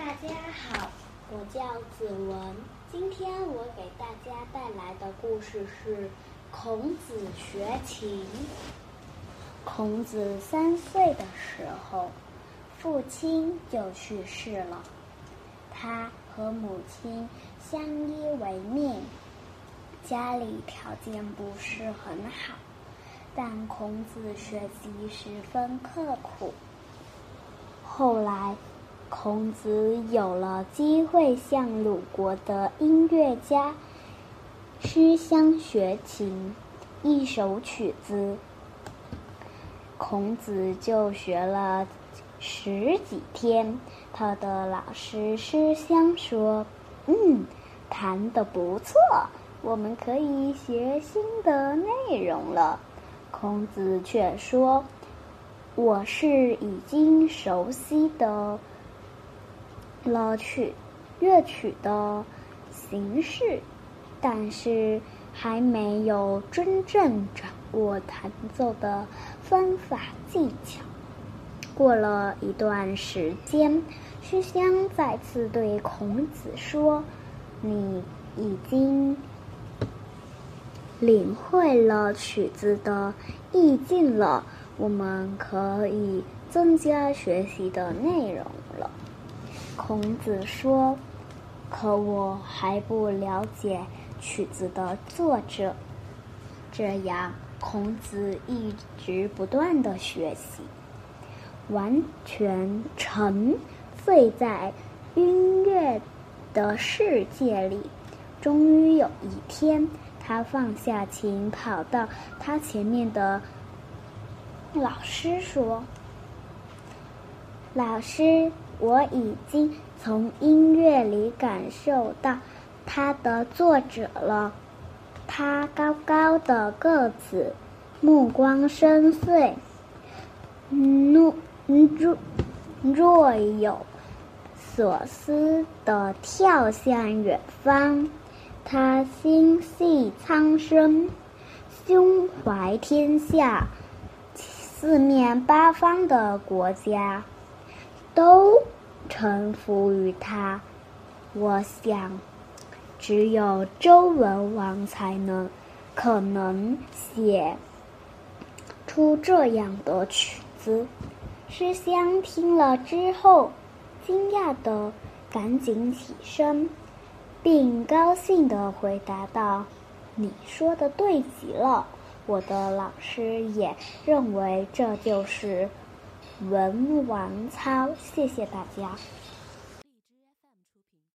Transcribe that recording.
大家好，我叫子文。今天我给大家带来的故事是孔子学琴。孔子3岁的时候，父亲就去世了，他和母亲相依为命，家里条件不是很好，但孔子学习十分刻苦。后来孔子有了机会向鲁国的音乐家师襄学琴一首曲子，孔子就学了10几天。他的老师师襄说：“弹得不错，我们可以学新的内容了。”孔子却说：“我是已经熟悉的了乐曲的形式，但是还没有真正掌握弹奏的方法技巧。”过了一段时间，师襄再次对孔子说：“你已经领会了曲子的意境了，我们可以增加学习的内容了。”孔子说：“可我还不了解曲子的作者。”这样，孔子一直不断地学习，完全沉醉在音乐的世界里。终于有一天，他放下琴，跑到他前面的老师说：“老师，我已经从音乐里感受到它的作者了。他高高的个子，目光深邃，若有所思地跳向远方。他心系苍生，胸怀天下，四面八方的国家都臣服于他。我想，只有周文王可能写出这样的曲子。”师襄听了之后，惊讶地赶紧起身，并高兴地回答道：“你说的对极了，我的老师也认为这就是文王操。”谢谢大家。